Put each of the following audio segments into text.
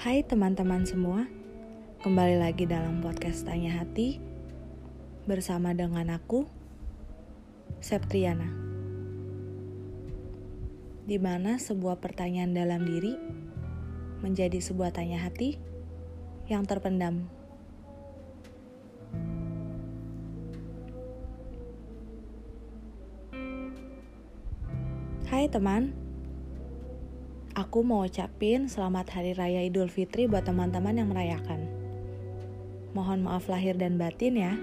Hai teman-teman semua, kembali lagi dalam podcast Tanya Hati bersama dengan aku, Septriana. Di mana sebuah pertanyaan dalam diri menjadi sebuah tanya hati yang terpendam. Hai teman, aku mau ucapin selamat Hari Raya Idul Fitri buat teman-teman yang merayakan. Mohon maaf lahir dan batin ya.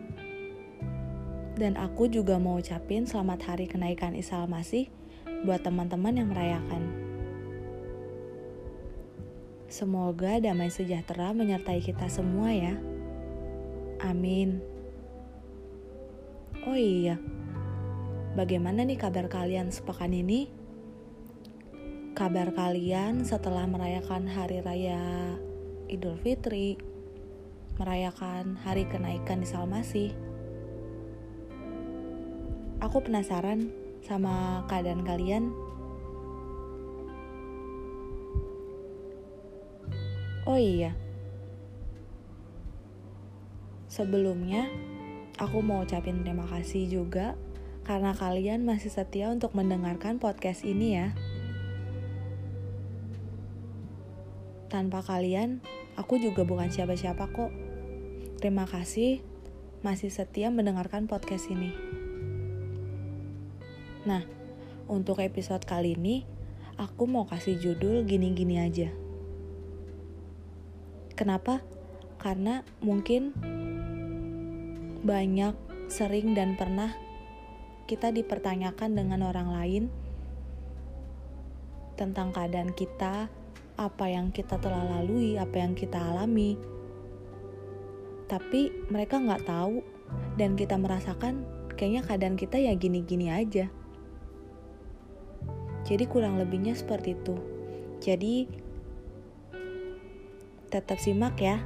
Dan aku juga mau ucapin selamat Hari Kenaikan Isa Al-Masih buat teman-teman yang merayakan. Semoga damai sejahtera menyertai kita semua ya. Amin. Oh iya, bagaimana nih kabar kalian sepekan ini? Kabar kalian setelah merayakan Hari Raya Idul Fitri, merayakan Hari Kenaikan Isa Al-Masih. Aku penasaran sama keadaan kalian. Oh iya, sebelumnya aku mau ucapin terima kasih juga karena kalian masih setia untuk mendengarkan podcast ini ya. Tanpa kalian, aku juga bukan siapa-siapa kok. Terima kasih masih setia mendengarkan podcast ini. Nah, untuk episode kali ini, aku mau kasih judul gini-gini aja. Kenapa? Karena mungkin banyak, sering, dan pernah kita dipertanyakan dengan orang lain tentang keadaan kita, apa yang kita telah lalui, apa yang kita alami. Tapi mereka nggak tahu dan kita merasakan kayaknya keadaan kita ya gini-gini aja. Jadi kurang lebihnya seperti itu. Jadi tetap simak ya.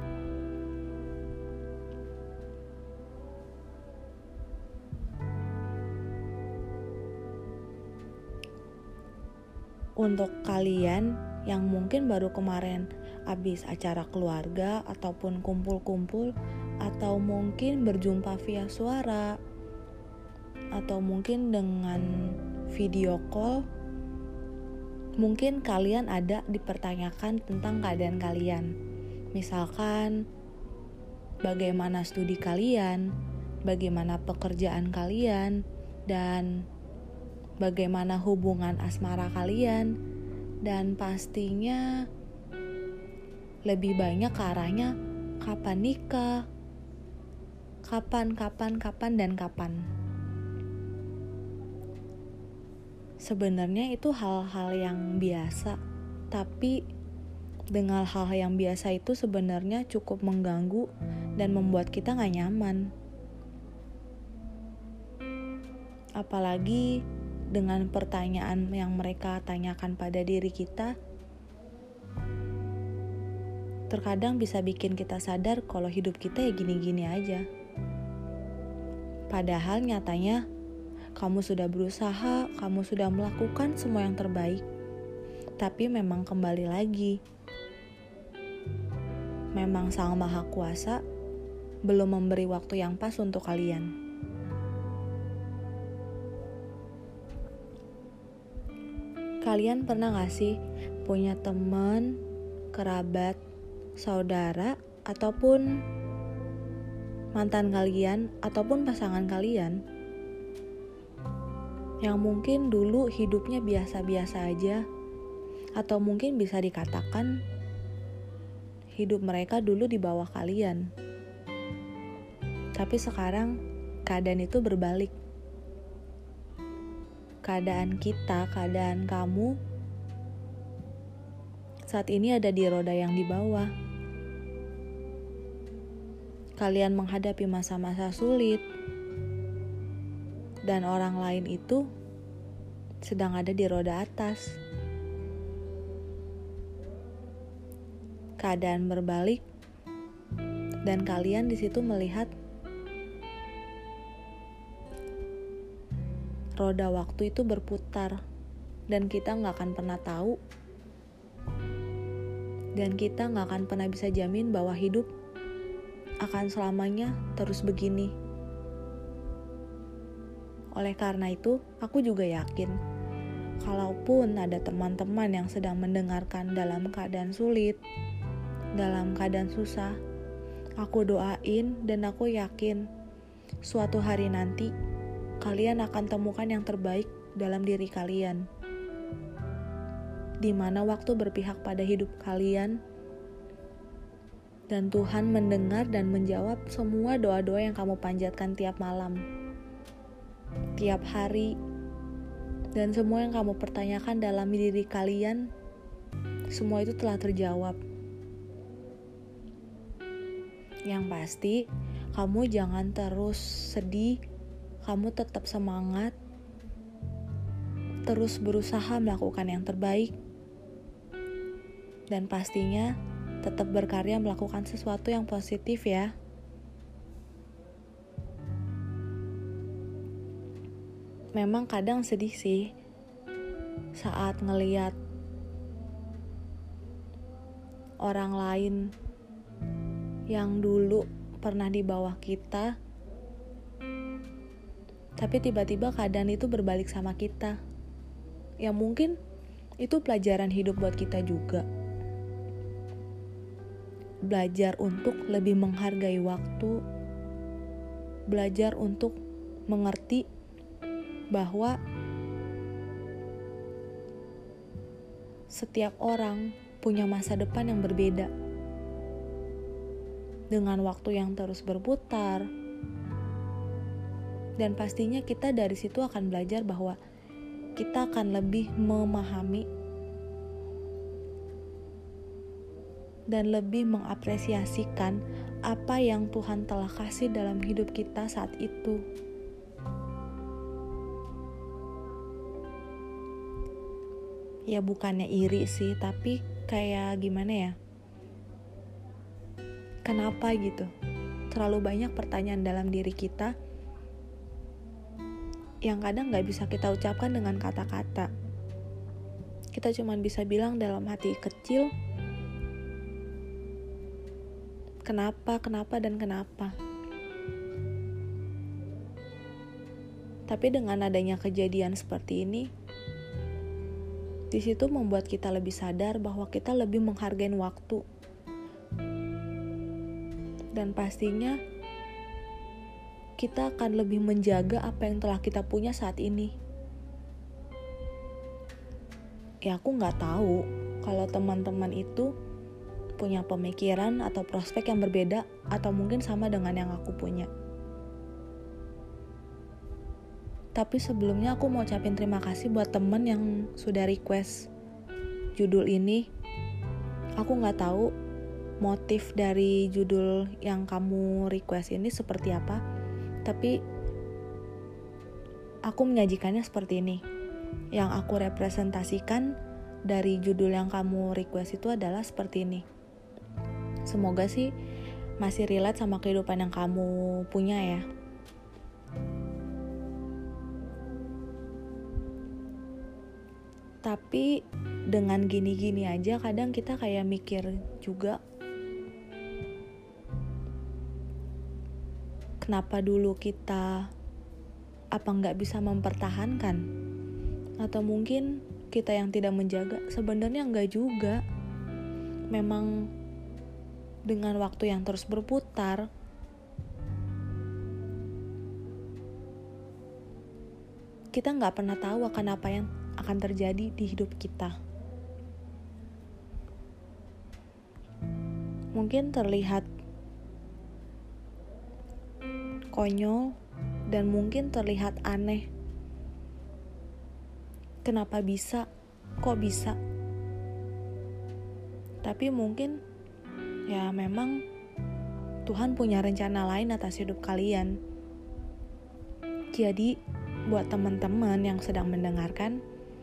Untuk kalian yang mungkin baru kemarin habis acara keluarga ataupun kumpul-kumpul, atau mungkin berjumpa via suara, atau mungkin dengan video call, mungkin kalian ada dipertanyakan tentang keadaan kalian. Misalkan bagaimana studi kalian, bagaimana pekerjaan kalian, dan bagaimana hubungan asmara kalian. Dan pastinya lebih banyak ke arahnya kapan nikah, kapan, dan kapan. Sebenarnya itu hal-hal yang biasa, tapi dengan hal-hal yang biasa itu sebenarnya cukup mengganggu dan membuat kita gak nyaman. Apalagi dengan pertanyaan yang mereka tanyakan pada diri kita, terkadang bisa bikin kita sadar kalau hidup kita ya gini-gini aja. Padahal nyatanya kamu sudah berusaha, kamu sudah melakukan semua yang terbaik. Tapi memang kembali lagi, memang Sang Maha Kuasa belum memberi waktu yang pas untuk kalian. Kalian pernah gak sih punya teman, kerabat, saudara, ataupun mantan kalian, ataupun pasangan kalian yang mungkin dulu hidupnya biasa-biasa aja, atau mungkin bisa dikatakan hidup mereka dulu di bawah kalian. Tapi sekarang keadaan itu berbalik. Keadaan kita, keadaan kamu saat ini ada di roda yang di bawah. Kalian menghadapi masa-masa sulit, dan orang lain itu sedang ada di roda atas. Keadaan berbalik, dan kalian di situ melihat roda waktu itu berputar, dan kita gak akan pernah tahu Dan kita gak akan pernah bisa jamin bahwa hidup akan selamanya terus begini. Oleh karena itu, aku juga yakin, kalaupun ada teman-teman yang sedang mendengarkan dalam keadaan sulit, dalam keadaan susah, aku doain dan aku yakin suatu hari nanti kalian akan temukan yang terbaik dalam diri kalian, di mana waktu berpihak pada hidup kalian dan Tuhan mendengar dan menjawab semua doa-doa yang kamu panjatkan tiap malam, tiap hari, dan semua yang kamu pertanyakan dalam diri kalian, semua itu telah terjawab. Yang pasti, kamu jangan terus sedih, kamu tetap semangat, terus berusaha melakukan yang terbaik, dan pastinya tetap berkarya melakukan sesuatu yang positif ya. Memang kadang sedih sih saat ngeliat orang lain yang dulu pernah di bawah kita, tapi tiba-tiba keadaan itu berbalik sama kita. Ya mungkin itu pelajaran hidup buat kita juga. Belajar untuk lebih menghargai waktu, belajar untuk mengerti bahwa setiap orang punya masa depan yang berbeda. Dengan waktu yang terus berputar, dan pastinya kita dari situ akan belajar bahwa kita akan lebih memahami dan lebih mengapresiasikan apa yang Tuhan telah kasih dalam hidup kita saat itu. Ya bukannya iri sih, tapi kayak gimana ya? Kenapa gitu? Terlalu banyak pertanyaan dalam diri kita yang kadang gak bisa kita ucapkan dengan kata-kata. Kita cuma bisa bilang dalam hati kecil, kenapa, dan kenapa. Tapi dengan adanya kejadian seperti ini, di situ membuat kita lebih sadar bahwa kita lebih menghargai waktu. Dan pastinya kita akan lebih menjaga apa yang telah kita punya saat ini. Ya aku gak tahu kalau teman-teman itu punya pemikiran atau prospek yang berbeda atau mungkin sama dengan yang aku punya. Tapi sebelumnya aku mau ucapin terima kasih buat temen yang sudah request judul ini. Aku gak tahu motif dari judul yang kamu request ini seperti apa, tapi aku menyajikannya seperti ini. Yang aku representasikan dari judul yang kamu request itu adalah seperti ini. Semoga sih masih relate sama kehidupan yang kamu punya ya. Tapi dengan gini-gini aja kadang kita kayak mikir juga, kenapa dulu kita nggak bisa mempertahankan? Atau mungkin kita yang tidak menjaga? Sebenarnya nggak juga. Memang dengan waktu yang terus berputar, kita nggak pernah tahu akan apa yang akan terjadi di hidup kita. Mungkin terlihat konyol dan mungkin terlihat aneh. Kenapa bisa? Kok bisa? Tapi mungkin ya memang Tuhan punya rencana lain atas hidup kalian. Jadi buat teman-teman yang sedang mendengarkan,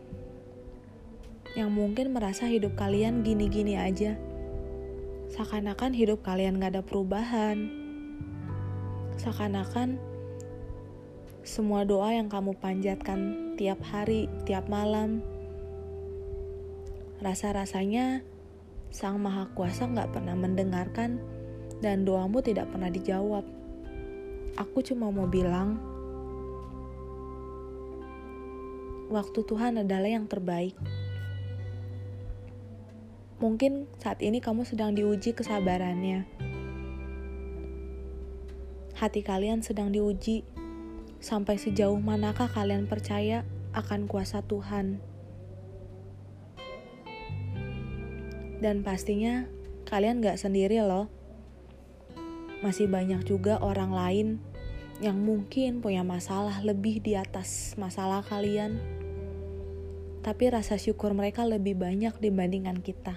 yang mungkin merasa hidup kalian gini-gini aja, seakan-akan hidup kalian gak ada perubahan, seakan-akan semua doa yang kamu panjatkan tiap hari, tiap malam, rasa-rasanya Sang Maha Kuasa gak pernah mendengarkan dan doamu tidak pernah dijawab. Aku cuma mau bilang, waktu Tuhan adalah yang terbaik. Mungkin saat ini kamu sedang diuji kesabarannya. Hati kalian sedang diuji. Sampai sejauh manakah kalian percaya akan kuasa Tuhan? Dan pastinya kalian gak sendiri loh. Masih banyak juga orang lain yang mungkin punya masalah lebih di atas masalah kalian. Tapi rasa syukur mereka lebih banyak dibandingkan kita.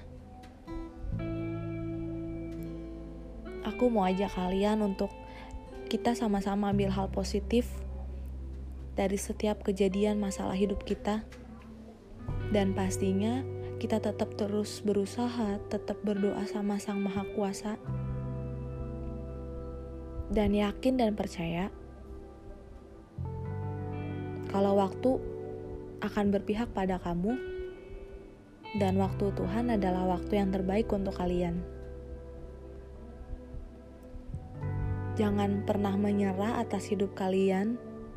Aku mau ajak kalian untuk kita sama-sama ambil hal positif dari setiap kejadian masalah hidup kita. Dan pastinya kita tetap terus berusaha, tetap berdoa sama Sang Maha Kuasa. Dan yakin dan percaya kalau waktu akan berpihak pada kamu. Dan waktu Tuhan adalah waktu yang terbaik untuk kalian. Jangan pernah menyerah atas hidup kalian.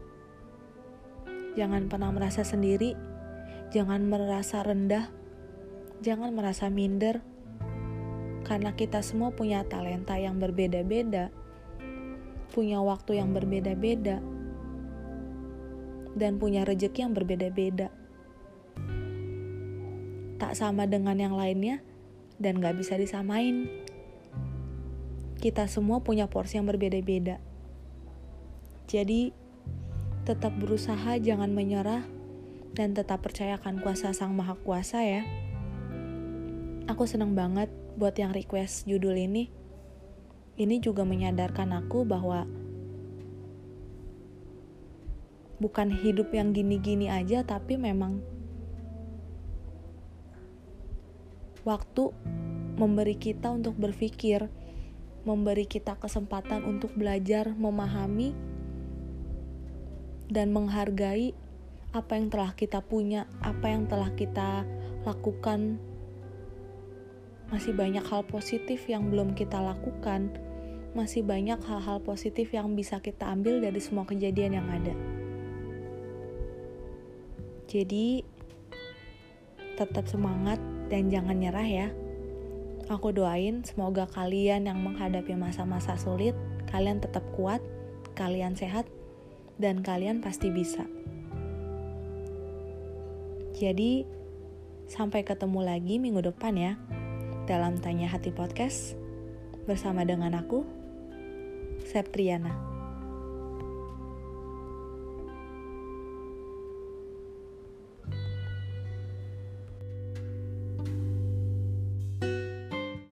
Jangan pernah merasa sendiri. Jangan merasa rendah. Jangan merasa minder. Karena kita semua punya talenta yang berbeda-beda. Punya waktu yang berbeda-beda. Dan punya rezeki yang berbeda-beda. Tak sama dengan yang lainnya. Dan gak bisa disamain. Kita semua punya porsi yang berbeda-beda. Jadi, tetap berusaha, jangan menyerah, dan tetap percayakan kuasa Sang Maha Kuasa ya. Aku senang banget buat yang request judul ini. Ini juga menyadarkan aku bahwa bukan hidup yang gini-gini aja, tapi memang waktu memberi kita untuk berpikir, memberi kita kesempatan untuk belajar, memahami, dan menghargai apa yang telah kita punya, apa yang telah kita lakukan. Masih banyak hal positif yang belum kita lakukan. Masih banyak hal-hal positif yang bisa kita ambil dari semua kejadian yang ada. Jadi, tetap semangat dan jangan nyerah ya. Aku doain semoga kalian yang menghadapi masa-masa sulit, kalian tetap kuat, kalian sehat, dan kalian pasti bisa. Jadi, sampai ketemu lagi minggu depan ya, dalam Tanya Hati Podcast, bersama dengan aku, Septriana.